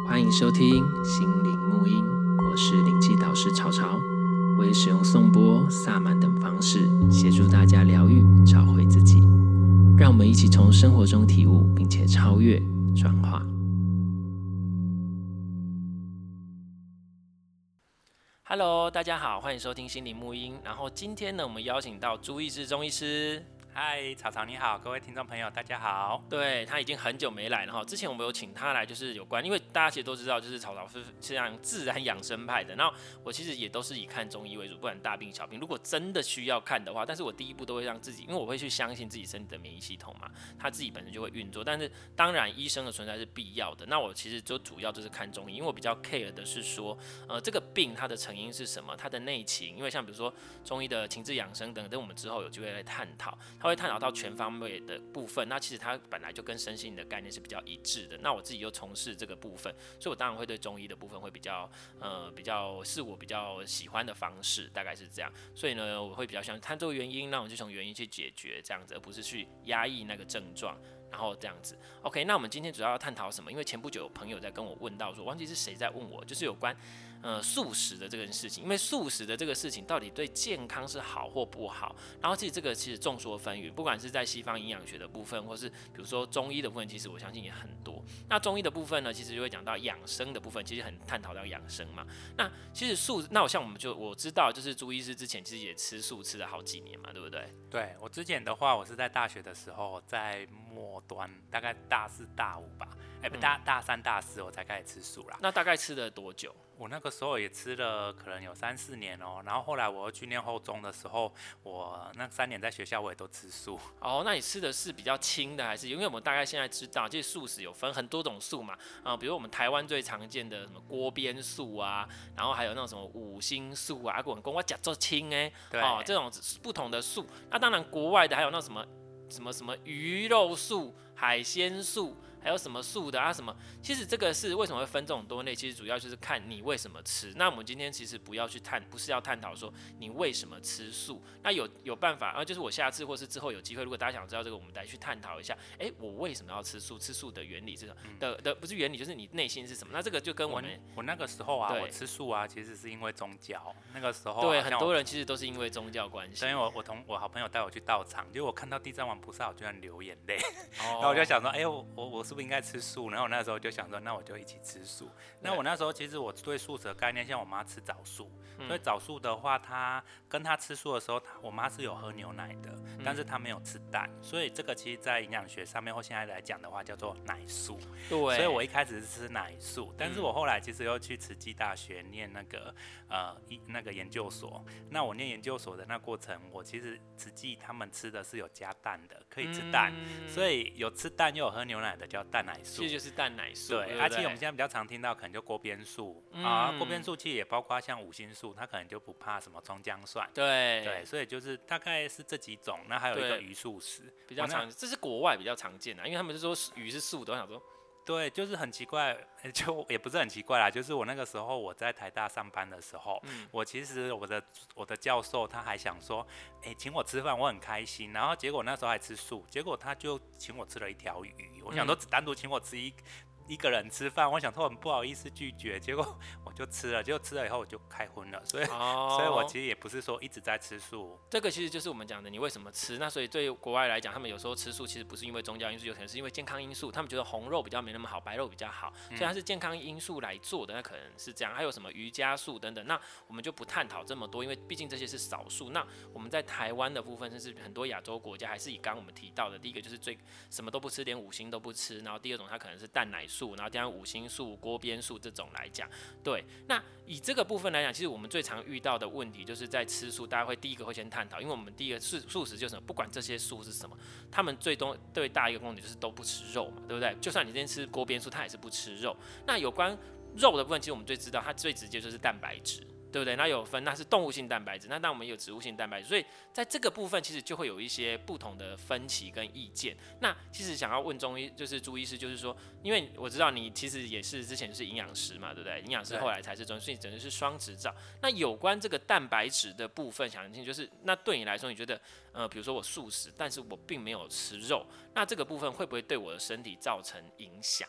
欢迎收听心灵牧音，我是灵气导师潮潮，我会使用颂钵、萨满等方式协助大家疗愈、找回自己。让我们一起从生活中体悟，并且超越、转化。Hello， 大家好，欢迎收听心灵牧音。然后今天呢，我们邀请到朱医师钟医师。 嗨，草草你好，各位听众朋友，大家好。 对，他已经很久没来了哈。之前我们有请他来，就是有关，因为大家其实都知道，就是草草是这样自然养生派的。那我其实也都是以看中医为主，不然大病小病，如果真的需要看的话，但是我第一步都会让自己，因为我会去相信自己身体的免疫系统嘛，他自己本身就会运作。但是当然医生的存在是必要的。那我其实就主要就是看中医，因为我比较 care 的是说，这个病它的成因是什么，它的内情。因为像比如说中医的情志养生等等，我们之后有机会来探讨。他会探讨到全方位的部分，那其实它本来就跟身心的概念是比较一致的。那我自己又从事这个部分，所以我当然会对中医的部分会比较是我比较喜欢的方式，大概是这样。所以呢，我会比较想探究原因，那我就从原因去解决这样子，而不是去压抑那个症状。然后这样子 ，OK， 那我们今天主要要探讨什么？因为前不久有朋友在跟我问到说，忘记是谁在问我，就是有关素食的这件事情。因为素食的这个事情到底对健康是好或不好？然后其实这个其实众说纷纭，不管是在西方营养学的部分，或是比如说中医的部分，其实我相信也很多。那中医的部分呢，其实就会讲到养生的部分，其实很探讨到养生嘛。那其实那我知道，就是朱医师之前其实也吃素吃了好几年嘛，对不对？ 对，我之前的话，我是在大学的时候，在末端，大概大4、大5吧，大3、大4我才开始吃素啦。 那大概吃了多久？ 我那个时候也吃了可能有3、4年哦，然后后来我又去念后中的时候，我那3年在学校我也都吃素。 哦，那你吃的是比较轻的，还是因为我们大概现在知道，其实素食有分很多种素嘛，比如我们台湾最常见的什么锅边素啊，然后还有那种什么五星素啊，我讲我吃做轻哎，这种不同的素。那当然国外的还有那什么鱼肉素、海鲜素。还有什么素的啊？什么？其实这个是为什么会分这种多类？其实主要就是看你为什么吃。那我们今天其实不是要探讨说你为什么吃素。那有办法，就是我下次或是之后有机会，如果大家想知道这个，我们来去探讨一下。我为什么要吃素？吃素的原理是什么？不是原理，就是你内心是什么？那这个就跟我那个时候啊，我吃素啊，其实是因为宗教。那个时候对很多人其实都是因为宗教关系。 因为我好朋友带我去道场，结果我看到地藏王菩萨，我居然流眼泪。然后我就想说，我是不是应该吃素？然后我那时候就想说，那我就一起吃素。那我那时候其实我对素食的概念，像我妈吃早素，所以早素的话，她跟她吃素的时候，我妈是有喝牛奶的，但是她没有吃蛋，所以这个其实在营养学上面或现在来讲的话，叫做奶素。 对， 所以我一开始是吃奶素，但是我后来其实又去慈济大学念那个研究所。那我念研究所的那过程，我其实慈济他们吃的是有加蛋的，可以吃蛋，所以有吃蛋又有喝牛奶的叫蛋奶素， 其实就是蛋奶素。 对，而且我们现在比较常听到可能就锅边素锅边素其实也包括像五辛素，它可能就不怕什么葱姜蒜。对，所以就是大概是这几种。那还有一个鱼素食， 比较常，这是国外比较常见的，因为他们是说鱼是素的，我想说。 对，就是很奇怪，就也不是很奇怪啦，就是我那个时候我在台大上班的时候，我其实我的教授他还想说，请我吃饭，我很开心，然后结果那时候还吃素，结果他就请我吃了一条鱼，我想说只单独请我吃一个人吃饭，我想说很不好意思拒绝，结果我就吃了，结果吃了以后我就开荤了，所以我其实也不是说一直在吃素。 这个其实就是我们讲的你为什么吃。那所以对国外来讲，他们有时候吃素其实不是因为宗教因素，有可能是因为健康因素，他们觉得红肉比较没那么好，白肉比较好，所以它是健康因素来做的，那可能是这样。还有什么瑜伽素等等，那我们就不探讨这么多，因为毕竟这些是少数。那我们在台湾的部分，甚至很多亚洲国家还是以刚我们提到的，第一个就是什么都不吃，连五辛都不吃，然后第二种它可能是蛋奶素，然后第三五辛素、锅边素这种来讲，对。那以这个部分来讲，其实我们最常遇到的问题就是在吃素，大家会第一个会先探讨，因为我们第一个素食就是什么，不管这些素是什么，他们最终最大一个共点就是都不吃肉嘛，对不对？就算你今天吃锅边素，他也是不吃肉。那有关肉的部分，其实我们最知道，它最直接就是蛋白质。对不对？那有分，那是动物性蛋白质，那当然我们也有植物性蛋白质，所以在这个部分其实就会有一些不同的分歧跟意见。那其实想要问中医，就是朱医师，就是说，因为我知道你其实也是之前是营养师嘛，对不对？营养师后来才是中医，所以整个是双执照。那有关这个蛋白质的部分，想听就是，那对你来说，你觉得，比如说我素食，但是我并没有吃肉，那这个部分会不会对我的身体造成影响？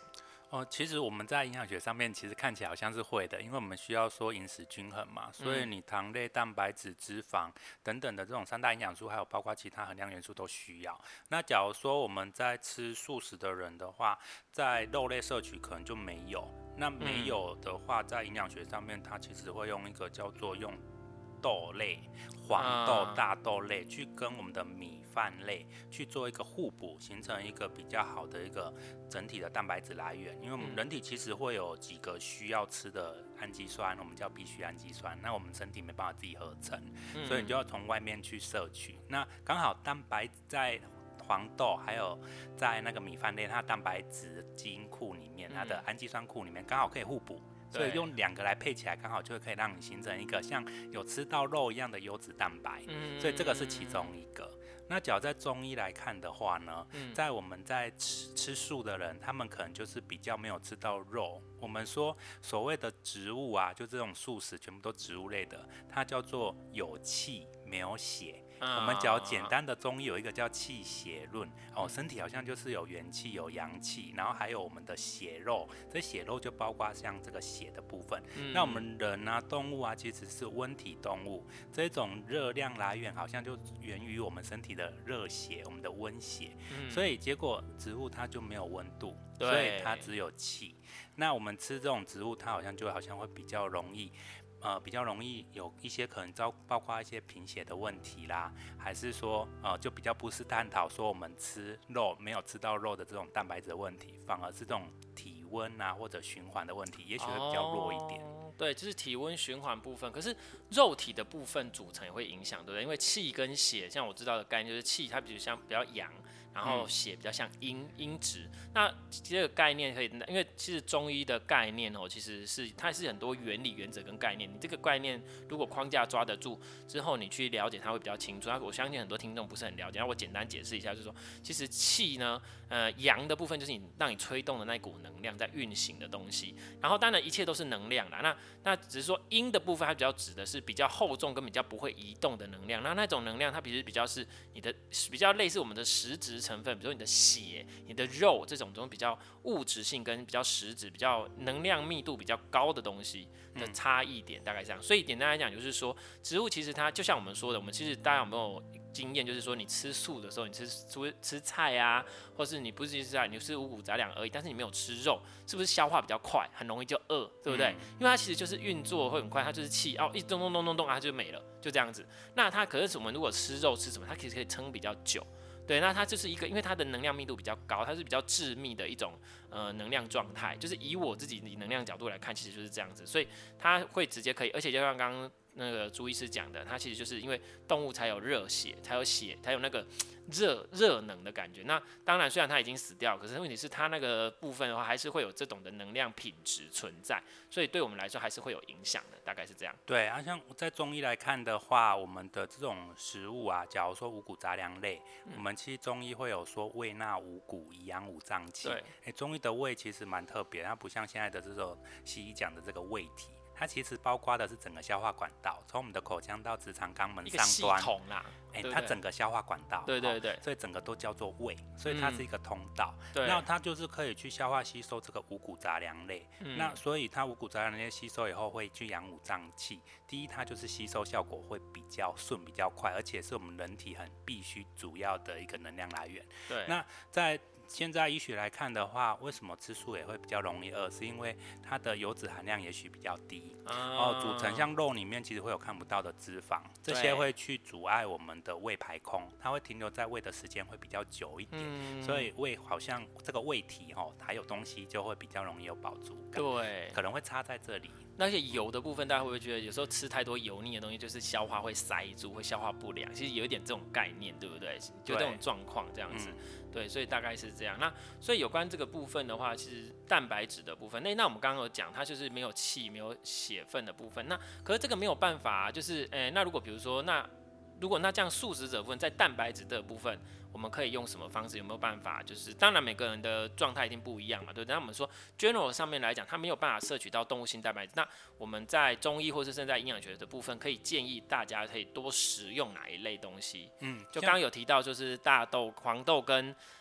其实我们在营养学上面其实看起来好像是会的，因为我们需要说饮食均衡嘛，所以你糖类、蛋白质、脂肪等等的这种三大营养素，还有包括其他衡量元素都需要。那假如说我们在吃素食的人的话，在肉类摄取可能就没有。那没有的话，在营养学上面，它其实会用一个叫做用豆类、黄豆、大豆类去跟我们的米饭类去做一个互补，形成一个比较好的一个整体的蛋白质来源。因为我们人体其实会有几个需要吃的氨基酸，我们叫必需氨基酸，那我们身体没办法自己合成，所以你就要从外面去摄取。那刚好蛋白在黄豆还有在那个米饭类，它的蛋白质基因库里面，它的氨基酸库里面刚好可以互补。所以用两个来配起来，刚好就可以让你形成一个像有吃到肉一样的优质蛋白。所以这个是其中一个。那假如在中医来看的话呢，在我们在吃素的人，他们可能就是比较没有吃到肉。我们说所谓的植物啊，就这种素食全部都植物类的，它叫做有气没有血。我们讲简单的中医有一个叫气血论身体好像就是有元气有阳气，然后还有我们的血肉，这血肉就包括像这个血的部分。那我们人啊动物啊其实是温体动物，这种热量来源好像就源于我们身体的热血，我们的温血，所以结果植物它就没有温度，所以它只有气。那我们吃这种植物，它好像会比较容易有一些可能包括一些贫血的问题啦，还是说就比较不是探讨说我们吃肉没有吃到肉的这种蛋白质的问题，反而是这种体温啊或者循环的问题，也许会比较弱一点。 对，就是体温循环部分，可是肉体的部分组成也会影响，对不对？因为气跟血，像我知道的概念就是气它比较阳，然后血比较像阴质。那这个概念可以，因为其实中医的概念其实它是很多原理、原则跟概念。你这个概念如果框架抓得住之后，你去了解它会比较清楚。我相信很多听众不是很了解，那我简单解释一下，就是说，其实气呢，阳的部分就是让你吹动的那股能量在运行的东西。然后当然一切都是能量啦，那只是说阴的部分，它比较指的是比较厚重跟比较不会移动的能量。那种能量，它比较是你的比较类似我们的实质成分，比如说你的血、你的肉这种比较物质性跟比较实质、比较能量密度比较高的东西的差异点，大概这样。所以简单来讲，就是说植物其实它就像我们说的，我们其实大家有没有经验，就是说你吃素的时候，你吃菜啊，或是你不是吃菜，你是五谷杂粮而已，但是你没有吃肉，是不是消化比较快，很容易就饿，对不对？因为它其实就是运作会很快，它就是气一动它就没了，就这样子。那它可是我们如果吃肉吃什么，它其实可以撑比较久。对，那它就是一个，因为它的能量密度比较高，它是比较致密的一种能量状态。就是以我自己的能量角度来看，其实就是这样子，所以它会直接可以，而且就像刚刚那个朱医师讲的，它其实就是因为动物才有热血，才有血，才有那个热能的感觉。那当然，虽然它已经死掉，可是问题是它那个部分的话，还是会有这种的能量品质存在，所以对我们来说还是会有影响的，大概是这样。 对啊，像在中医来看的话，我们的这种食物啊，假如说五谷杂粮类，我们其实中医会有说胃纳五谷，以养五脏气。对，中医的胃其实蛮特别，它不像现在的这种西医讲的这个胃体。它其实包括的是整个消化管道，从我们的口腔到直肠肛门上端， 系统啦， 它整个消化管道， 对， 所以整个都叫做胃，所以它是一个通道。那它就是可以去消化吸收这个五谷杂粮类。那所以它五谷杂粮类吸收以后会去养五脏气。第一，它就是吸收效果会比较顺、比较快，而且是我们人体很必须主要的一个能量来源。 对， 那在现在医学来看的话，为什么吃素也会比较容易饿？是因为它的油脂含量也许比较低，组成像肉里面其实会有看不到的脂肪，这些会去阻碍我们的胃排空，它会停留在胃的时间会比较久一点，所以胃好像这个胃体还有东西就会比较容易有饱足感， 对， 可能会差在这里。 那些油的部分，大家会不会觉得有时候吃太多油腻的东西，就是消化会塞住，会消化不良？其实有一点这种概念，对不对？就这种状况这样子。对，所以大概是这样。那所以有关这个部分的话，其实蛋白质的部分，那我们刚刚有讲，它就是没有气、没有血分的部分。那可是这个没有办法就是，那如果比如说，如果这样素食者部分在蛋白质的部分，我们可以用什么方式？有没有办法？就是当然每个人的状态一定不一样嘛，对不对？那我们说 general 上面来讲，它没有办法摄取到动物性蛋白质。那我们在中医或是甚至在营养学的部分，可以建议大家可以多食用哪一类东西？就刚刚有提到，就是大豆、黄豆跟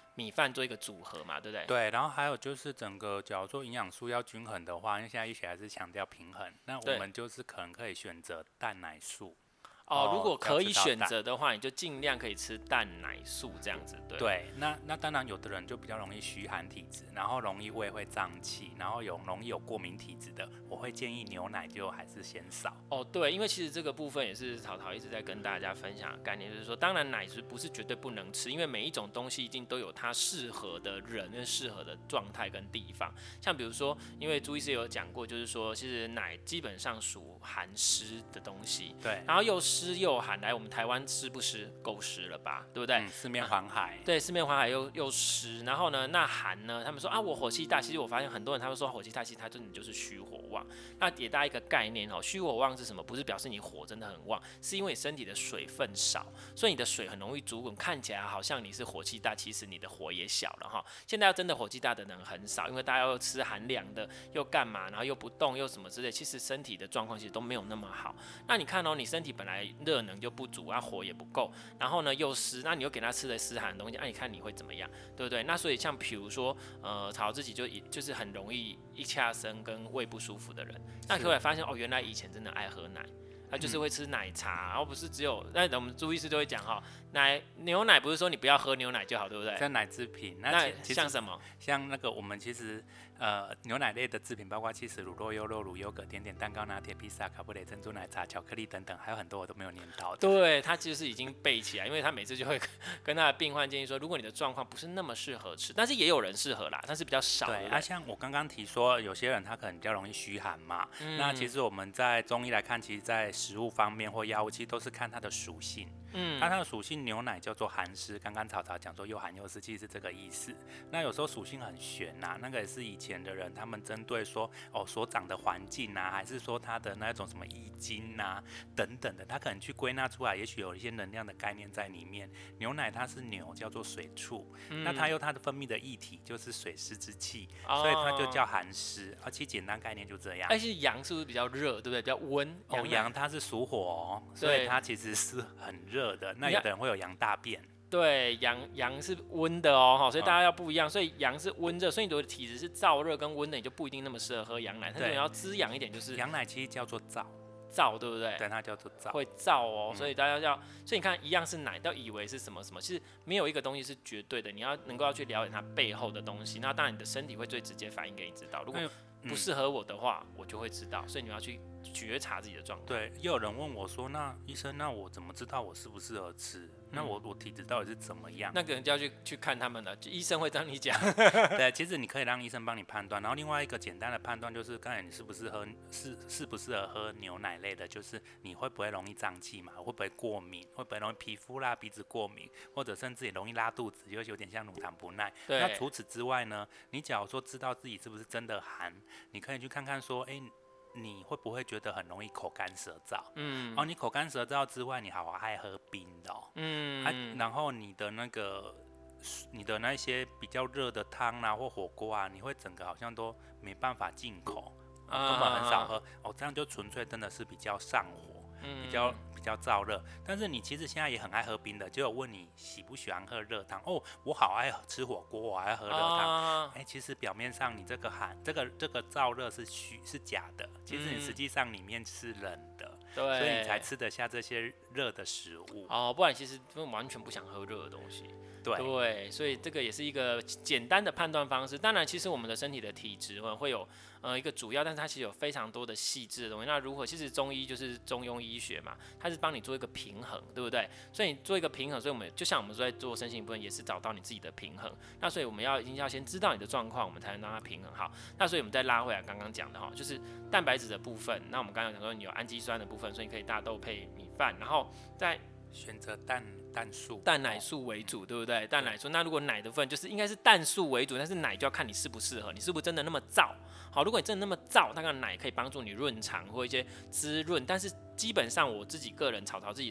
米饭做一个组合嘛，对不对？ 对，然后还有就是整个，假如说营养素要均衡的话，因为现在医学还是强调平衡，那我们就是可能可以选择蛋奶素。 如果可以选择的话，你就尽量可以吃蛋奶素这样子，对。 对，那当然有的人就比较容易虚寒体质，然后容易胃会胀气，然后容易有过敏体质的，我会建议牛奶就还是先少。 对，因为其实这个部分也是曹操一直在跟大家分享的概念，就是说，当然奶不是绝对不能吃，因为每一种东西一定都有它适合的人跟适合的状态跟地方。像比如说，因为朱医师有讲过，就是说，其实奶基本上属寒湿的东西， 对， 然后又湿又寒，来我们台湾湿不湿？够湿了吧，对不对？ 四面环海， 对，四面环海又湿，然后呢，那寒呢？他们说啊，我火气大，其实我发现很多人他们说火气大，其实他真的就是虚火旺。那给大家一个概念虚火旺是什么？不是表示你火真的很旺，是因为你身体的水分少，所以你的水很容易煮滚，看起来好像你是火气大，其实你的火也小了哈。现在要真的火气大的人很少，因为大家又吃寒凉的，又干嘛，然后又不动，又什么之类，其实身体的状况其实都没有那么好。那你看你身体本来热能就不足啊，火也不够，然后呢又湿，那你又给他吃了湿寒的东西，你看你会怎么样，对不对？那所以像比如说，曹自己就是很容易一下身跟胃不舒服的人，那后来发现原来以前真的爱喝奶。他就是会吃奶茶，然后不是只有，那我们朱医师就会讲牛奶不是说你不要喝牛奶就好，对不对？ 像奶制品， 那像什么？ 像那个我们其实牛奶类的制品，包括起司、乳酪、优酪乳、优格、甜点、蛋糕、拿铁、披萨、卡布雷、珍珠奶茶、巧克力等等，还有很多我都没有念到的。 对，他就是已经背起来，因为他每次就会跟他的病患建议说，如果你的状况不是那么适合吃，但是也有人适合啦，但是比较少。 对，像我刚刚提说，有些人他可能比较容易虚寒嘛，那其实我们在中医来看，其实在食物方面或药物，其实都是看它的属性。它的属性，牛奶叫做寒湿，刚刚曹操讲说又寒又湿，其实是这个意思。那有时候属性很玄呐，那个也是以前的人他们针对说所长的环境啊，还是说它的那种什么易经啊等等的，他可能去归纳出来，也许有一些能量的概念在里面。牛奶它是牛，叫做水畜，那它有它的分泌的液体就是水湿之气，所以它就叫寒湿。而且简单概念就这样。 但是阳是不是比较热，对不对？比较温。 阳它是属火所以它其实是很热的。那有的人会有阳大便。 对，阳是温的所以大家要不一样。所以阳是温热，所以你的体质是燥热跟温的，你就不一定那么适合喝羊奶。但是你要滋养一点，就是羊奶其实叫做燥，对不对？ 对，它叫做燥， 会燥所以大家所以你看，一样是奶，都以为是什么什么，其实没有一个东西是绝对的，你要能够去了解它背后的东西。那当然，你的身体会最直接反映给你知道。如果不适合我的话，我就会知道。所以你要去觉察自己的状况。 对，又有人问我说：“那医生，那我怎么知道我适不适合吃？那我体质到底是怎么样？” 那个人就要去看他们了，医生会跟你讲。 对，其实你可以让医生帮你判断。然后另外一个简单的判断就是，刚才你适不适合喝牛奶类的，就是你会不会容易胀气嘛？会不会过敏？会不会容易皮肤啦、鼻子过敏，或者甚至也容易拉肚子，就有点像乳糖不耐。那除此之外呢，你假如说知道自己是不是真的寒，你可以去看看说，你会不会觉得很容易口干舌燥？你口干舌燥之外，你好爱喝冰的然后你的那些比较热的汤啊或火锅啊，你会整个好像都没办法进口，根本很少喝这样就纯粹真的是比较上火，比较燥热。但是你其实现在也很爱喝冰的，就有问你喜不喜欢喝热汤我好爱吃火锅，我爱喝热汤。其实表面上你这个燥热是假的，其实你实际上里面是冷的，所以你才吃得下这些热的食物不然其实完全不想喝热的东西。 对， 所以这个也是一个简单的判断方式。当然，其实我们的身体的体质会有一个主要，但是它其实有非常多的细致的东西。那如何？其实中医就是中庸医学嘛，它是帮你做一个平衡，对不对？所以你做一个平衡，所以我们就像我们在做身心部分，也是找到你自己的平衡。那所以我们一定要先知道你的状况，我们才能让它平衡好。那所以我们再拉回来刚刚讲的就是蛋白质的部分。那我们刚刚讲说你有氨基酸的部分，所以你可以大豆配米饭，然后再选择蛋奶素为主，对不对？蛋奶素，那如果奶的部分就是应该是蛋素为主，但是奶就要看你适不适合，你是不是真的那么燥。好，如果你真的那么燥，那个奶可以帮助你润肠或一些滋润，但是基本上我自己个人曹操自己的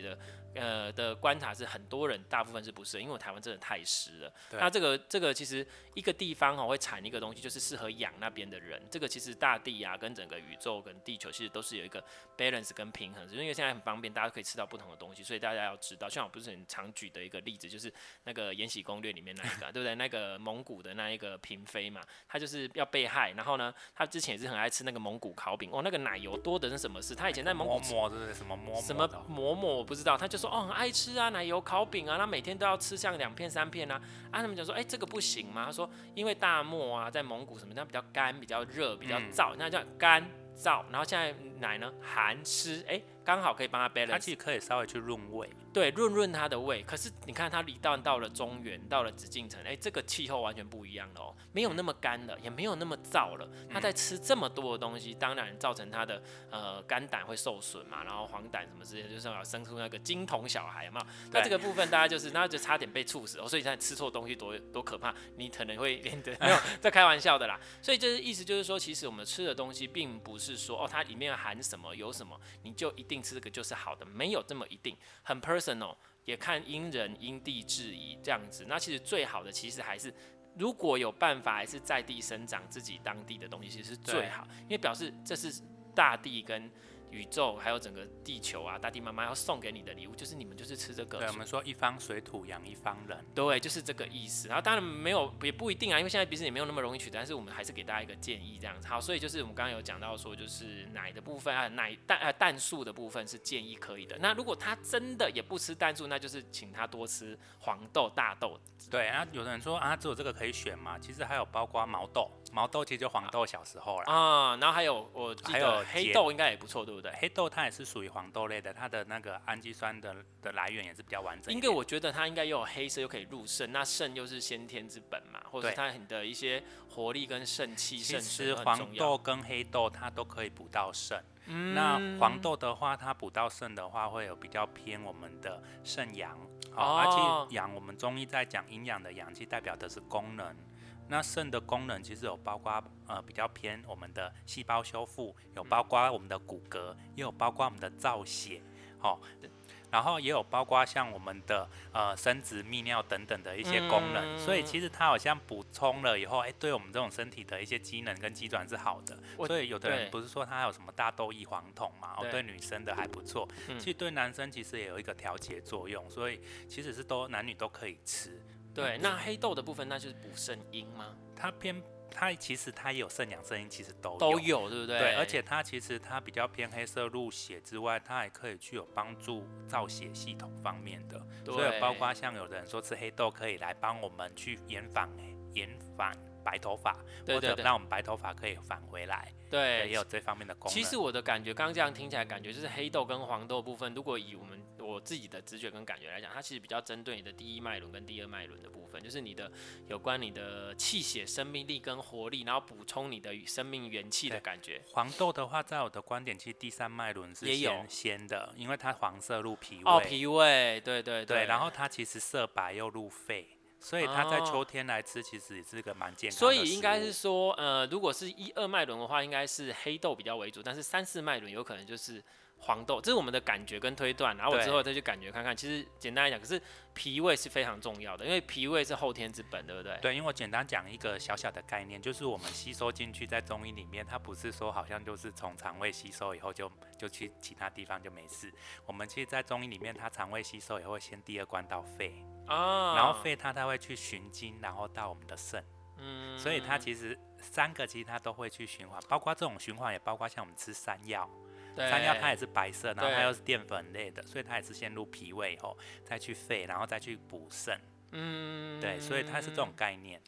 的观察是，很多人大部分是不适合，因为台湾真的太湿了。 对， 那这个其实一个地方会产一个东西，就是适合养那边的人。这个其实大地啊，跟整个宇宙跟地球其实都是有一个 balance 跟平衡，因为现在很方便，大家可以吃到不同的东西，所以大家要知道。像我不是很常举的一个例子，就是那个《延禧攻略》里面那一个，对不对？那个蒙古的那一个嫔妃嘛，她就是要被害，然后呢，她之前也是很爱吃那个蒙古烤饼，那个奶油多的是什么事？她以前在蒙古馍馍是什么馍馍？ 什么馍馍我不知道，她就说很爱吃啊，奶油烤饼啊，她每天都要吃像2片3片啊。他们讲说，这个不行吗？他说，因为大漠啊，在蒙古什么，它比较干、比较热、比较燥，那叫干燥。然后现在奶呢寒湿，刚好可以帮他 balance。 它其实可以稍微去润胃， 对，润它的胃。可是你看它到了中原，到了紫禁城，这个气候完全不一样了没有那么干了，也没有那么燥了。他在吃这么多的东西，当然造成他的肝胆会受损嘛，然后黄疸什么之类的，就是要生出那个金童小孩嘛。那这个部分大家那就差点被处死所以现在吃错东西多可怕，你可能会连得没有在开玩笑的啦。所以这意思就是说，其实我们吃的东西并不是说它里面含什么有什么，你就一定吃这个就是好的，没有这么一定，很 personal， 也看因人因地制宜这样子。那其实最好的其实还是，如果有办法，还是在地生长自己当地的东西，其实是最好，因为表示这是大地跟宇宙还有整个地球啊，大地妈妈要送给你的礼物，就是你们就是吃这个。 对，我们说一方水土养一方人， 对，就是这个意思。然后当然没有，也不一定啊，因为现在其实也没有那么容易取得，但是我们还是给大家一个建议这样子。好，所以就是我们刚刚有讲到说，就是奶的部分啊，蛋素的部分是建议可以的。那如果他真的也不吃蛋素，那就是请他多吃黄豆、大豆。 对啊，有人说只有这个可以选嘛？其实还有包括毛豆，毛豆其实就黄豆小时候啦。 然后还有我记得黑豆应该也不错，对不对？ 黑豆它也是属于黄豆类的，它的那个氨基酸的来源也是比较完整。 因为我觉得它应该又有黑色，又可以入肾，那肾又是先天之本嘛，或者是它的一些活力跟肾气、肾其实黄豆跟黑豆它都可以补到肾。那黄豆的话，它补到肾的话，会有比较偏我们的肾阳。而且阳，我们中医在讲阴阳的阳气，代表的是功能。那肾的功能其实有包括比较偏我们的细胞修复，有包括我们的骨骼，也有包括我们的造血，然后也有包括像我们的生殖泌尿等等的一些功能，所以其实它好像补充了以后，对我们这种身体的一些机能跟机转是好的。所以有的人不是说它有什么大豆异黄酮嘛，对女生的还不错，其实对男生其实也有一个调节作用，所以其实是男女都可以吃。 对，那黑豆的部分那就是补肾阴吗？ 它其实它也有肾阳肾阴，其实都有，对不对？ 对，而且它其实它比较偏黑色入血之外，它还可以有帮助造血系统方面的，所以包括像有的人说吃黑豆可以来帮我们去延缓白头发，或者让我们白头发可以返回来。对，也有这方面的功能。 其实我的感觉，刚刚这样听起来，感觉就是黑豆跟黄豆的部分，如果以我自己的直觉跟感觉来讲，它其实比较针对你的第一脉轮跟第二脉轮的部分，就是有关你的气血、生命力跟活力，然后补充你的生命元气的感觉。 黄豆的话，在我的观点，其实第三脉轮是先的，因为它黄色入脾胃。 脾胃，对。 然后它其实色白又入肺。所以它在秋天来吃，其实也是一个蛮健康的食物。 所以应该是说，如果是1、2脉轮的话，应该是黑豆比较为主，但是3、4脉轮有可能就是黄豆，这是我们的感觉跟推断。然后我之后再去感觉看看，其实简单来讲，可是脾胃是非常重要的，因为脾胃是后天之本，对不对？ 对，因为我简单讲一个小小的概念，就是我们吸收进去在中医里面，它不是说好像就是从肠胃吸收以后就去其他地方就没事。我们其实，在中医里面，它肠胃吸收以后会先第2关到肺。然后肺它会去循经，然后到我们的肾，所以它其实3个其实它都会去循环，包括这种循环也包括像我们吃山药，山药它也是白色，然后它又是淀粉类的，所以它也是先入脾胃以后再去肺，然后再去补肾，对，所以它是这种概念。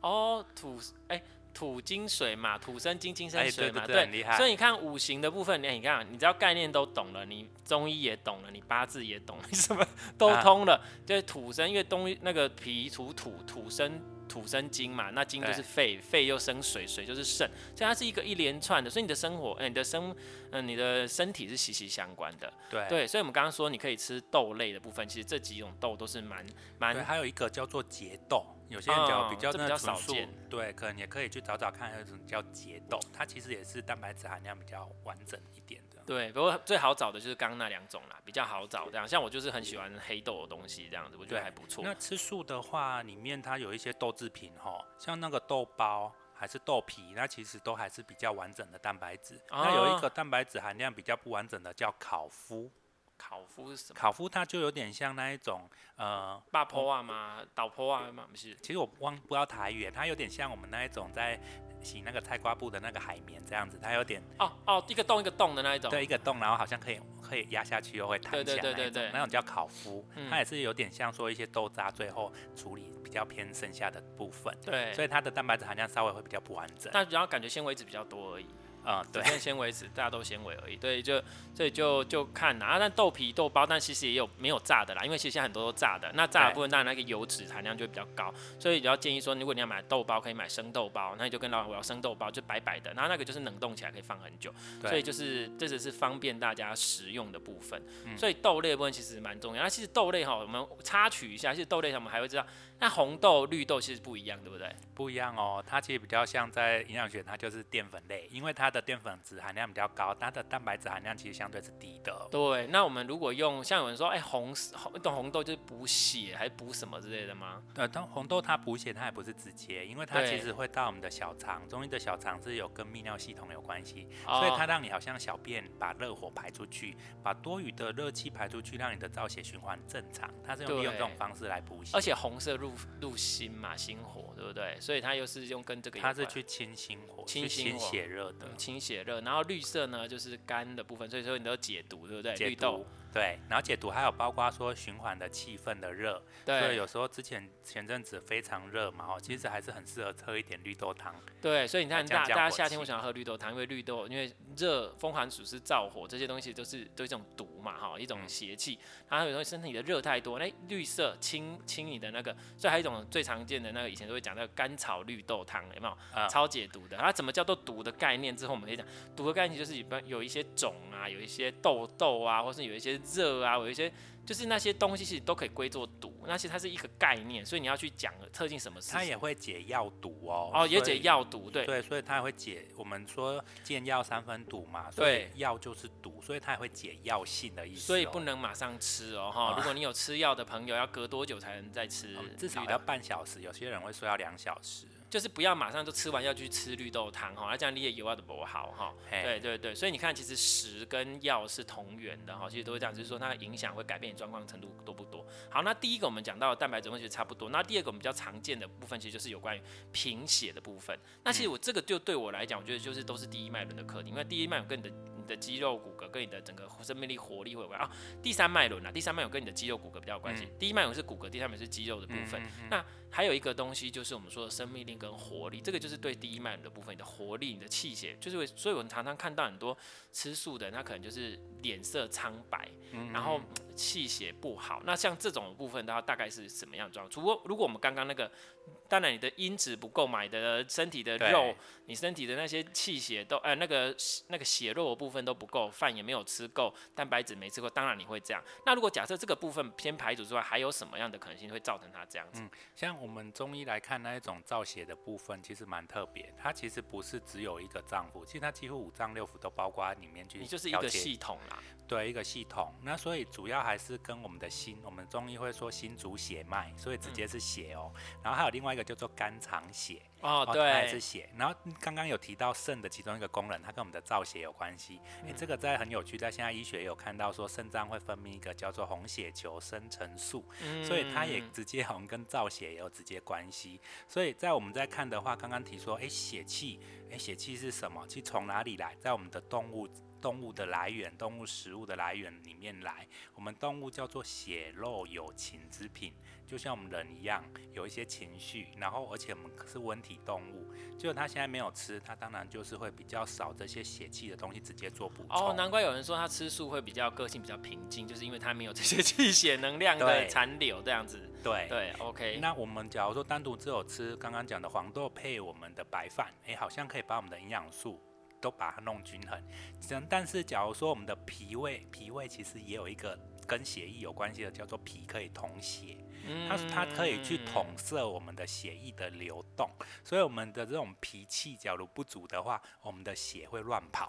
土金水嘛，土生金，金生水嘛， 对，很厉害。 所以你看五行的部分，你看，你只要概念都懂了，你中医也懂了，你八字也懂了，你什么都通了。就是土生，因为那个脾属土，土生金嘛，那金就是肺，肺又生水，水就是肾，所以它是一连串的。所以你的生活，你的身体是息息相关的。对，所以我们刚刚说你可以吃豆类的部分，其实这几种豆都是蛮。 对，还有一个叫做节豆。有些人比较少见， 对，可能也可以去找找看，还有一种叫节豆，它其实也是蛋白质含量比较完整一点的。 对，不过最好找的就是刚刚那2种啦，比较好找这样。像我就是很喜欢黑豆的东西这样子，我觉得还不错。 那吃素的话，里面它有一些豆制品像那个豆包还是豆皮，那其实都还是比较完整的蛋白质。那有一个蛋白质含量比较不完整的叫烤麸。 烤麸是什么？ 烤麸它就有点像那一种八坡啊吗？倒坡啊吗？不是。 其实我不知道台语，它有点像我们那一种在洗那个菜瓜布的那个海绵这样子，它有点一个洞一个洞的那一种。 对，一个洞，然后好像可以压下去又会弹起来那种叫烤麸，它也是有点像说一些豆渣最后处理比较偏剩下的部分。 对， 所以它的蛋白质含量稍微会比较不完整。 但然后感觉纤维质比较多而已。 对， 纤维质，大家都纤维而已。对，所以就看啦。但豆皮、豆包，但其实也有没有炸的啦，因为其实现在很多都炸的。那炸的部分当然那个油脂含量就会比较高，所以比较建议说，如果你要买豆包，可以买生豆包，那你就跟老板我要生豆包，就白白的。然后那个就是冷冻起来可以放很久，所以就是这只是方便大家食用的部分。所以豆类的部分其实蛮重要。那其实豆类我们插曲一下，其实豆类我们还会知道，那红豆、绿豆其实不一样，对不对？ 不一样哦，它其实比较像在营养学，它就是淀粉类，因为它的淀粉质含量比较高，它的蛋白质含量其实相对是低的。 对，那我们如果用像有人说，红豆就是补血还是补什么之类的吗？ 红豆它补血，它也不是直接，因为它其实会到我们的小肠，中医的小肠是有跟泌尿系统有关系，所以它让你好像小便把热火排出去，把多余的热气排出去，让你的造血循环正常。它是利用这种方式来补血， 而且红色入心嘛，心火，对不对？所以它又是用跟这个有关， 它是去清心火，去清血热的， 清血热。然后绿色呢，就是肝的部分，所以说你都解毒，对不对？ 解毒， 绿豆。 对，然后解毒还有包括说循环的气分的热， 对， 所以有时候前阵子非常热嘛，其实还是很适合喝一点绿豆汤。 对，所以你看大家夏天为什么要喝绿豆汤？因为绿豆因为热，风寒暑湿燥火这些东西都是一种毒嘛，一种邪气。然后有时候身体的热太多，绿色清你的那个，所以还有一种最常见的那个以前都会讲那个甘草绿豆汤，有没有？超解毒的。它怎么叫做毒的概念？之后我们可以讲，毒的概念就是有一些肿啊，有一些痘痘啊，或是有一些热啊，有一些就是那些东西其实都可以归作毒，那其实它是一个概念，所以你要去讲特定什么事情。 它也会解药毒哦。 也解药毒，对。 对，所以它也会解，我们说见药三分毒嘛，所以药就是毒，所以它也会解药性的意思。 所以不能马上吃哦，如果你有吃药的朋友，要隔多久才能再吃？ 至少要半小时，有些人会说要2小时。 就是不要马上就吃完要去吃绿豆汤那这样你也油要的不好对，所以你看其实食跟药是同源的其实都会这样，就是说它的影响会改变你状况程度多不多。好，那第一个我们讲到的蛋白质其实差不多，那第二个我们比较常见的部分其实就是有关于贫血的部分。那其实我这个就对我来讲，我觉得就是都是第一脉轮的课题，因为第一脉轮跟你的肌肉骨骼跟你的整个生命力活力会有关第三脉轮第三脉轮跟你的肌肉骨骼比较有关系。第一脉轮是骨骼，第三脉轮是肌肉的部分。那还有一个东西就是我们说的生命力跟活力，这个就是对第一脉轮的部分，你的活力、你的气血，就是所以我们常常看到很多吃素的人，他可能就是脸色苍白，然后气血不好。那像这种部分，它大概是什么样的状况？如果我们刚刚那个，当然你的因子不够嘛，你的身体的肉，你身体的那些气血都那个血肉的部分都不够，饭也没有吃够，蛋白质没吃够，当然你会这样。那如果假设这个部分先排除之外，还有什么样的可能性会造成它这样子？ 像我们中医来看那一种造血的部分，其实蛮特别。它其实不是只有一个脏腑，其实它几乎五脏六腑都包括里面去。 你就是一个系统啦。 对，一个系统。那所以主要还是跟我们的心，我们中医会说心主血脉，所以直接是血哦。然后还有另外一个叫做肝藏血。 对， 它也是血。然后刚刚有提到肾的其中一个功能，它跟我们的造血有关系。这个在很有趣，在现在医学也有看到说，肾脏会分泌一个叫做红血球生成素，所以它也直接好像跟造血也有直接关系。所以在我们在看的话，刚刚提说，血气是什么？其实从哪里来？在我们的动物的来源，动物食物的来源里面来。我们动物叫做血肉有情之品，就像我们人一样，有一些情绪，然后而且我们是温体动物，就它现在没有吃，它当然就是会比较少这些血气的东西直接做补充。 难怪有人说他吃素会比较个性比较平静，就是因为他没有这些气血能量的残留这样子。对 ，OK。 那我们假如说单独只有吃刚刚讲的黄豆配我们的白饭，好像可以把我们的营养素都把它弄均衡。但是假如说我们的脾胃其实也有一个跟血液有关系的，叫做脾可以统血。它可以去统摄我们的血液的流动，所以我们的这种脾气假如不足的话，我们的血会乱跑。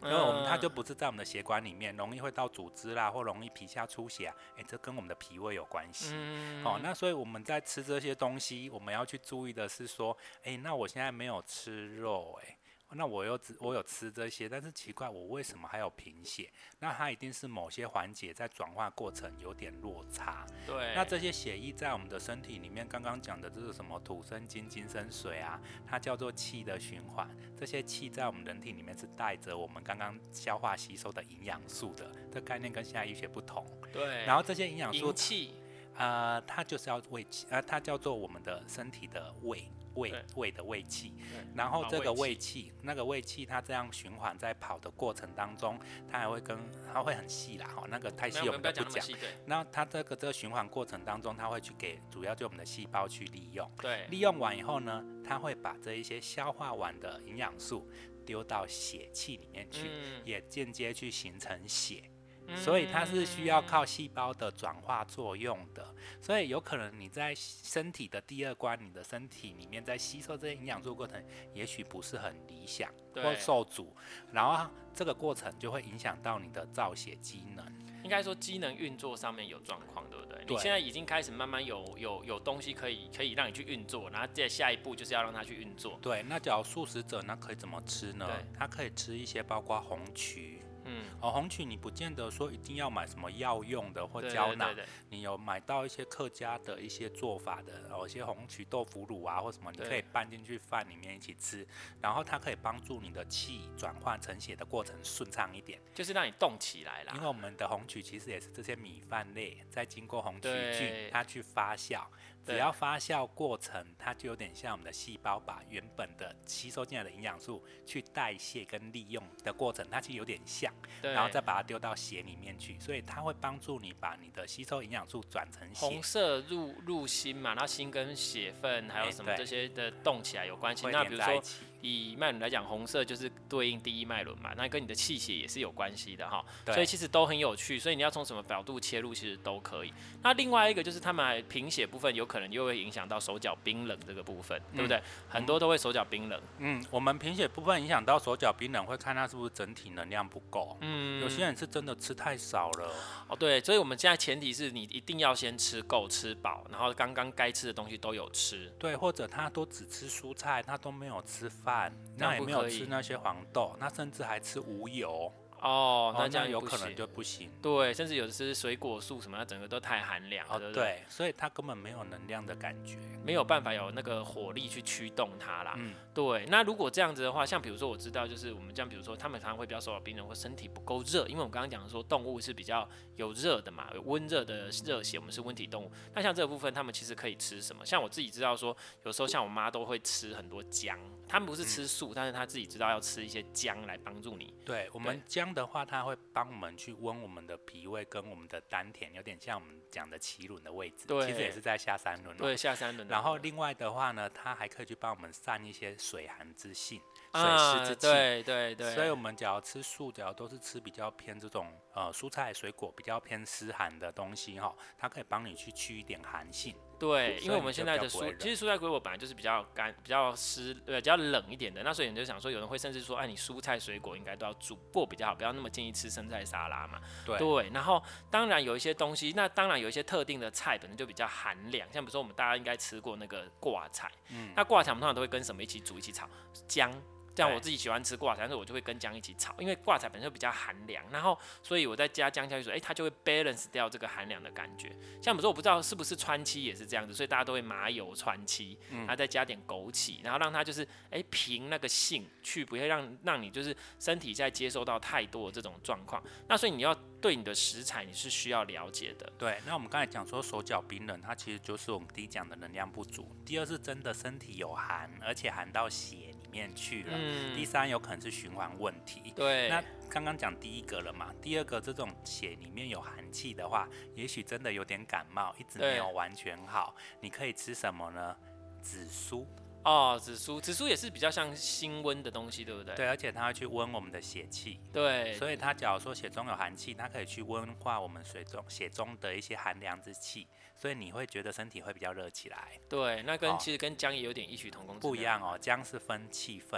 因为它就不是在我们的血管里面，容易会到组织啦，或容易皮下出血啊，这跟我们的脾胃有关系。那所以我们在吃这些东西，我们要去注意的是说，那我现在没有吃肉，那我有吃这些，但是奇怪，我为什么还有贫血？那它一定是某些环节在转化过程有点落差。 对。 那这些血液在我们的身体里面，刚刚讲的这是什么土生金、金生水啊，它叫做气的循环。这些气在我们人体里面是带着我们刚刚消化吸收的营养素的，这概念跟现代医学不同。 对。 然后这些营养素， 气， 它就是要胃气，它叫做我们的身体的胃的胃气，然后这个胃气，那个胃气，它这样循环在跑的过程当中，它会很细啦，那个太细我们不讲。那它这个循环过程当中，它会去给主要就我们的细胞去利用， 对， 利用完以后呢，它会把这一些消化完的营养素丢到血气里面去，也间接去形成血。所以它是需要靠细胞的转化作用的，所以有可能你在身体的第二关，你的身体里面在吸收这些营养素过程，也许不是很理想或受阻，然后这个过程就会影响到你的造血机能。 应该说机能运作上面有状况，对不对？你现在已经开始慢慢有东西可以让你去运作，然后再下一步就是要让它去运作。 对，那假如素食者那可以怎么吃呢？他可以吃一些包括红曲。红曲你不见得说一定要买什么药用的或胶囊，你有买到一些客家的一些做法的，一些红曲豆腐乳啊或什么，你可以拌进去饭里面一起吃，然后它可以帮助你的气转换成血的过程顺畅一点， 就是让你动起来啦。 因为我们的红曲其实也是这些米饭类，再经过红曲菌它去发酵，只要发酵过程，它就有点像我们的细胞把原本的吸收进来的营养素去代谢跟利用的过程，它其实有点像。然后再把它丢到血里面去，所以它会帮助你把你的吸收营养素转成血。 红色入心嘛，然后心跟血分还有什么这些的动起来有关系。那比如说以脉轮来讲，红色就是对应第一脉轮嘛，那跟你的气血也是有关系的哈。所以其实都很有趣，所以你要从什么角度切入，其实都可以。那另外一个就是他们贫血部分，有可能又会影响到手脚冰冷这个部分，对不对？很多都会手脚冰冷。 我们贫血部分影响到手脚冰冷，会看它是不是整体能量不够。有些人是真的吃太少了。 对，所以我们现在前提是你一定要先吃够吃饱，然后刚刚该吃的东西都有吃。 对，或者他都只吃蔬菜，他都没有吃饭，那也没有吃那些黄豆，那甚至还吃无油。 那这样有可能就不行。 对，甚至有的是水果素什么，它整个都太寒凉了，对不对？ 对，所以它根本没有能量的感觉， 没有办法有那个火力去驱动它啦。对。那如果这样子的话，像比如说我知道，就是我们这样，比如说他们常常会比较手脚冰冷或身体不够热，因为我们刚刚讲说动物是比较有热的嘛，有温热的热血，我们是温体动物。那像这个部分，他们其实可以吃什么？像我自己知道说，有时候像我妈都会吃很多姜，他们不是吃素，但是他自己知道要吃一些姜来帮助你。 对，我们姜的话，它会帮我们去温我们的脾胃跟我们的丹田，有点像我们讲的脐轮的位置，其实也是在下三轮。 对，下三轮。 然后另外的话呢，它还可以去帮我们散一些水寒之性、水湿之气。 对。 所以我们只要吃素，只要都是吃比较偏这种蔬菜水果比较偏湿寒的东西它可以帮你去去一点寒性。 对，因为我们现在的其实蔬菜水果本来就是比较干、比较湿、比较冷一点的，那所以你就想说，有人会甚至说，你蔬菜水果应该都要煮过比较好，不要那么建议吃生菜沙拉嘛。对。然后当然有一些东西，那当然有一些特定的菜本身就比较寒凉，像比如说我们大家应该吃过那个挂菜，那挂菜我们通常都会跟什么一起煮一起炒？姜。这样我自己喜欢吃挂菜，但是我就会跟姜一起炒，因为挂菜本身就比较寒凉，然后所以我再加姜下去，它就会 balance 掉这个寒凉的感觉。像比如说我不知道是不是川七也是这样子，所以大家都会麻油川七，然后再加点枸杞，然后让它就是平那个性去，不会让你就是身体在接受到太多的这种状况。那所以你要对你的食材你是需要了解的。 对，那我们刚才讲说手脚冰冷，它其实就是我们第一讲的能量不足，第二是真的身体有寒，而且寒到血里面去了。第三有可能是循环问题。 对， 那刚刚讲第一个了嘛，第二个这种血里面有寒气的话，也许真的有点感冒，一直没有完全好。你可以吃什么呢？紫苏。 紫苏也是比较像辛温的东西，对不对？ 对，而且它会去温我们的血气。 对， 所以它假如说血中有寒气，它可以去温化我们血中的一些寒凉之气，所以你会觉得身体会比较热起来。 对，那其实跟姜也有点异曲同工之妙。 不一样姜是分气分的。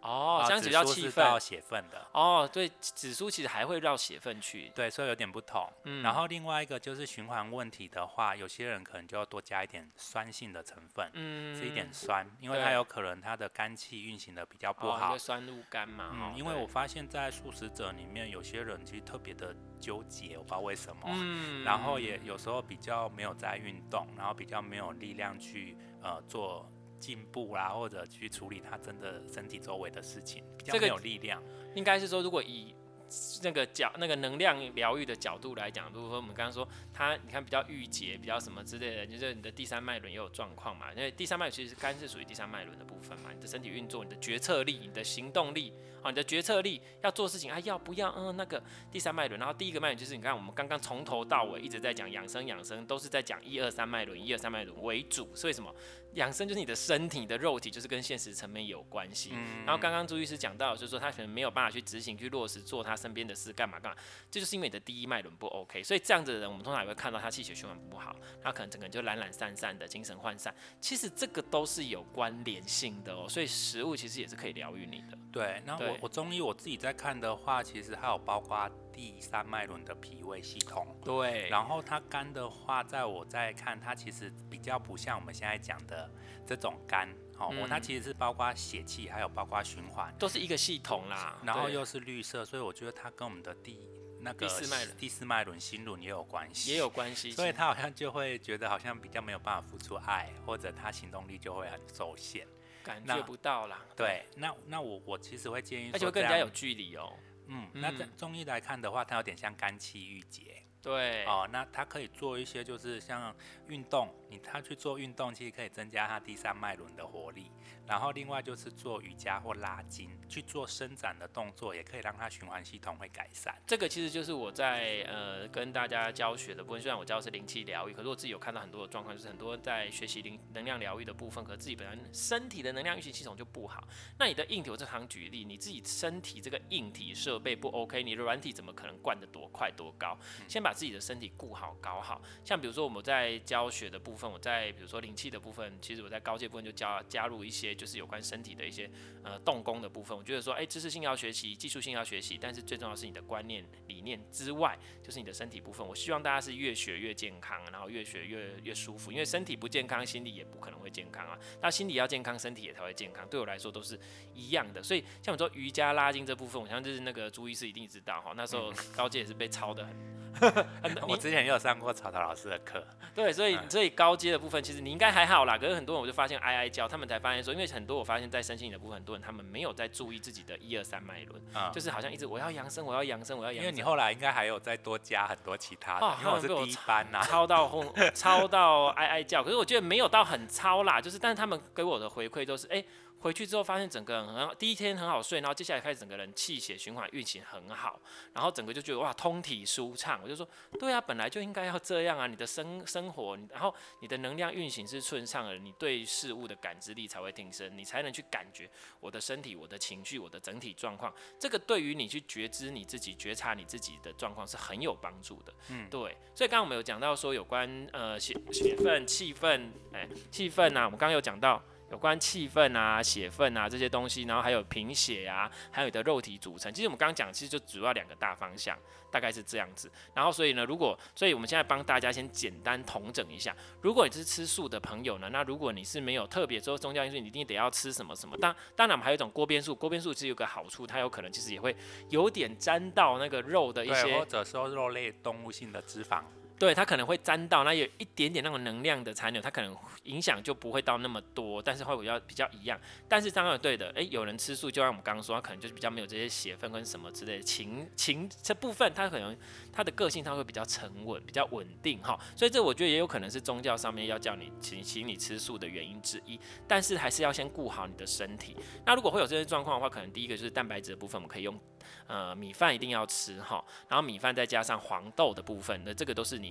哦，这样子紫叫气分苏是到血分的。 哦，对，紫苏其实还会绕血分去。 对，所以有点不同。然后另外一个就是循环问题的话，有些人可能就要多加一点酸性的成分，吃一点酸，因为它有可能它的肝气运行的比较不好， 因为酸入肝嘛。 因为我发现在素食者里面，有些人其实特别的纠结，我不知道为什么。然后也有时候比较没有在运动，然后比较没有力量去做进步啦，或者去处理他真的身体周围的事情，比较没有力量。 应该是说，如果以那个能量疗愈的角度来讲，如果说我们刚刚说你看比较郁结，比较什么之类的，就是你的第三脉轮也有状况嘛。因为第三脉轮其实肝是属于第三脉轮的部分嘛，你的身体运作、你的决策力、你的行动力，你的决策力要做事情要不要那个第三脉轮。然后第一个脉轮就是你看我们刚刚从头到尾一直在讲养生，都是在讲1、2、3脉轮为主。所以什么？养生就是你的身体的肉体，就是跟现实层面有关系。然后刚刚朱医师讲到，就是说他可能没有办法去执行、去落实做他身边的事，干嘛，这就是因为你的第一脉轮不 OK。所以这样子的人，我们通常也会看到他气血循环不好，他可能整个人就懒懒散散的，精神涣散。其实这个都是有关联性的哦，所以食物其实也是可以疗愈你的。 对，那我中医我自己在看的话，其实还有包括第三脉轮的脾胃系统。 对， 然后它肝的话，在我在看，它其实比较不像我们现在讲的这种肝，它其实是包括血气，还有包括循环， 都是一个系统啦。 然后又是绿色，所以我觉得它跟我们的第四脉轮心轮也有关系，所以他好像就会觉得好像比较没有办法付出爱，或者他行动力就会很受限， 感觉不到啦。 对，那我其实会建议说， 而且会跟人家有距离哦。 那在中医来看的话，它有点像肝气郁结。 对那他可以做一些，就是像运动，他去做运动，其实可以增加他第三脉轮的活力。然后另外就是做瑜伽或拉筋，去做伸展的动作，也可以让他循环系统会改善。 这个其实就是我在跟大家教学的部分。虽然我教的是灵气疗愈，可是我自己有看到很多的状况，就是很多在学习能量疗愈的部分，可是自己本身身体的能量运行系统就不好。那你的硬体，我这常举例，你自己身体这个硬体设备不 OK， 你的软体怎么可能灌得多快多高？先把自己的身体顾好搞好。像比如说我们在教学的部分，我在比如说灵气的部分，其实我在高阶部分就加入一些就是有关身体的一些动功的部分。我觉得说，知识性要学习，技术性要学习，但是最重要的是你的观念理念之外，就是你的身体部分。我希望大家是越学越健康，然后越学越舒服，因为身体不健康，心理也不可能会健康啊。那心理要健康，身体也才会健康。对我来说都是一样的。所以像我说瑜伽拉筋这部分，我相信就是那个朱医师一定知道哈。那时候高阶也是被抄的很。 我之前也有上过曹老师的课。 对，所以高阶的部分其实你应该还好啦。可是很多人我就发现哀哀叫，他们才发现说，因为很多我发现在身心灵的部分，很多人他们没有在注意自己的1、2、3脉轮，就是好像一直我要养生。因为你后来应该还有再多加很多其他的，因为我是第一班呐， 超到哀哀叫。可是我觉得没有到很超啦，就是但是他们给我的回馈都是回去之后发现整个人很好，第一天很好睡，然后接下来开始整个人气血循环运行很好，然后整个就觉得哇通体舒畅。我就说对啊，本来就应该要这样啊，你的生活，然后你的能量运行是顺畅的，你对事物的感知力才会提升，你才能去感觉我的身体、我的情绪、我的整体状况。这个对于你去觉知你自己、觉察你自己的状况是很有帮助的。对。所以刚刚我们有讲到说有关血分、气分，气分啊，我们刚刚有讲到。有关气分啊、血分啊这些东西，然后还有贫血啊，还有你的肉体组成。其实我们刚刚讲，其实就主要2个大方向，大概是这样子。然后所以呢，所以我们现在帮大家先简单统整一下。如果你是吃素的朋友呢，那如果你是没有特别说宗教因素，你一定得要吃什么什么。当然我们还有一种锅边素，锅边素其实有个好处，它有可能其实也会有点沾到那个肉的一些， 或者说肉类动物性的脂肪。 对，它可能会沾到，那有一点点那种能量的残留，它可能影响就不会到那么多，但是会比较一样。但是当然对的，有人吃素，就像我们刚刚说，他可能就是比较没有这些血分跟什么之类的情这部分，他可能他的个性上会比较沉稳、比较稳定哈。所以这我觉得也有可能是宗教上面要叫你请你吃素的原因之一。但是还是要先顾好你的身体。那如果会有这些状况的话，可能第一个就是蛋白质的部分，我们可以用米饭一定要吃哈，然后米饭再加上黄豆的部分，那这个都是你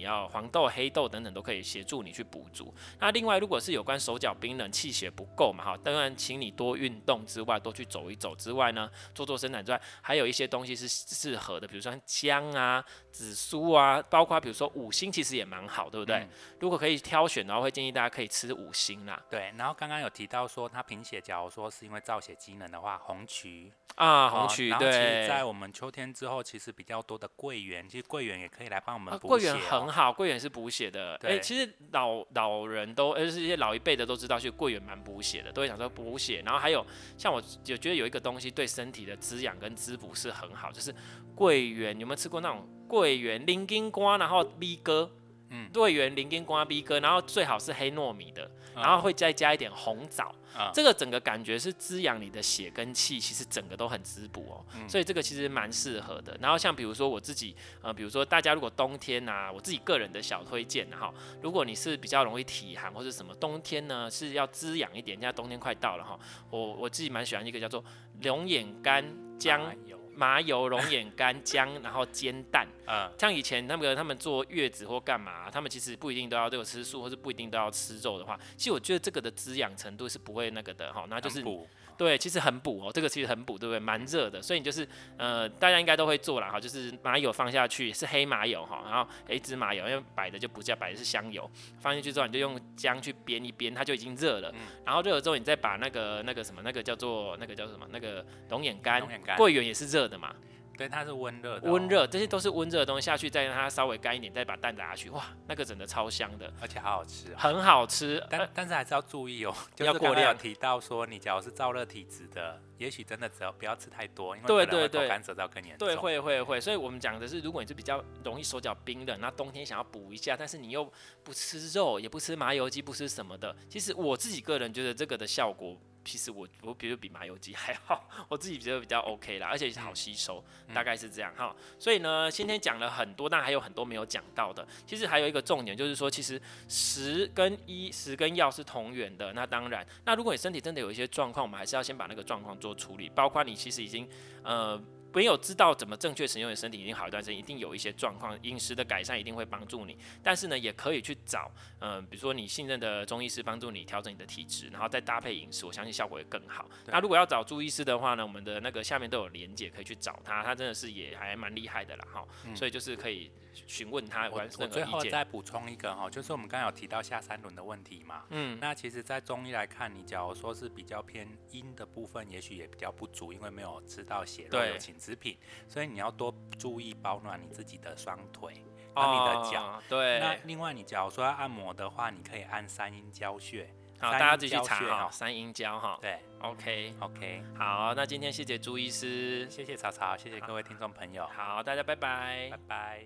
你要黄豆、黑豆等等都可以协助你去补足。那另外如果是有关手脚冰冷、气血不够嘛，当然请你多运动之外，多去走一走之外呢，做伸展之外，还有一些东西是适合的，比如说姜啊、紫苏啊，包括比如说五星其实也蛮好，对不对？如果可以挑选的话，会建议大家可以吃五星啦。 对，然后刚刚有提到说它贫血，假如说是因为造血机能的话，红曲红曲， 然后其实在我们秋天之后，其实比较多的桂圆，其实桂圆也可以来帮我们补血。 桂圆很好，桂圆是补血的。其实老人都，就是一些老一辈的都知道，其实桂圆蛮补血的，都会想说补血。然后还有像我觉得有一个东西对身体的滋养跟滋补是很好，就是桂圆。有没有吃过那种桂圆零根瓜，然后米糕？桂圆零根瓜米糕，然后最好是黑糯米的，然后会再加一点红枣。这个整个感觉是滋养你的血跟气，其实整个都很滋补哦，所以这个其实蛮适合的。然后像比如说我自己，比如说大家如果冬天啊，我自己个人的小推荐哈，如果你是比较容易体寒或者什么，冬天呢是要滋养一点，现在冬天快到了哈，我自己蛮喜欢一个叫做龙眼干姜麻油、龙眼干、姜，然后煎蛋。像以前他们做月子或干嘛，他们其实不一定都要这个吃素，或是不一定都要吃肉的话，其实我觉得这个的滋养程度是不会那个的哈，那就是对，其实很补哦，这个其实很补，对不对？蛮热的，所以你就是大家应该都会做啦哈，就是麻油放下去是黑麻油哈，然后芝麻油，因为白的就不叫，白的是香油，放进去之后你就用姜去煸一煸，它就已经热了，然后热了之后你再把那个什么那个叫什么那个龙眼干、桂圆也是热的嘛。 对，它是温热的， 温热，这些都是温热的东西下去，再让它稍微干一点，再把蛋打下去，哇，那个真的超香的， 而且好好吃， 很好吃。 但是还是要注意哦，就是刚刚有提到说，你假如是燥热体质的，也许真的只要不要吃太多，因为可能会口干舌燥更严重。 对，会，所以我们讲的是，如果你是比较容易手脚冰冷，那冬天想要补一下，但是你又不吃肉，也不吃麻油鸡，不吃什么的，其实我自己个人觉得这个的效果。其实我觉得比麻油鸡还好，我自己觉得比较 OK 啦，而且好吸收，大概是这样哈。所以呢，今天讲了很多，但还有很多没有讲到的。其实还有一个重点就是说，其实食跟药是同源的。那当然，那如果你身体真的有一些状况，我们还是要先把那个状况做处理，包括你其实已经没有知道怎么正确使用，你身体已经好一段时间，一定有一些状况，饮食的改善一定会帮助你。但是呢，也可以去找比如说你信任的中医师帮助你调整你的体质，然后再搭配饮食，我相信效果会更好。那如果要找朱医师的话呢，我们的那个下面都有连结可以去找他，他真的是也还蛮厉害的啦哈。所以就是可以询问他有关任何意见。 我最后再补充一个哈，就是我们刚刚有提到下三轮的问题嘛。那其实，在中医来看，你假如说是比较偏阴的部分，也许也比较不足，因为没有吃到血肉有情之品，所以你要多注意保暖你自己的双腿和你的脚。 对。 那另外，你假如说要按摩的话，你可以按三阴交穴。 好，大家自己去查哈，三阴交哈。 对 ，OK。 好， 那今天谢谢朱医师， 谢谢曹操，谢谢各位听众朋友。 好，大家拜拜， 拜拜。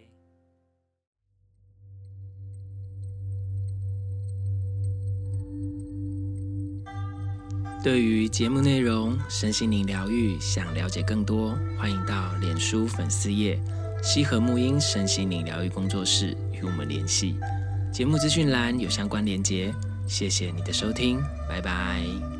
对于节目内容、身心灵疗愈，想了解更多，欢迎到脸书粉丝页西和沐音身心灵疗愈工作室与我们联系。节目资讯栏有相关连结。谢谢你的收听，拜拜。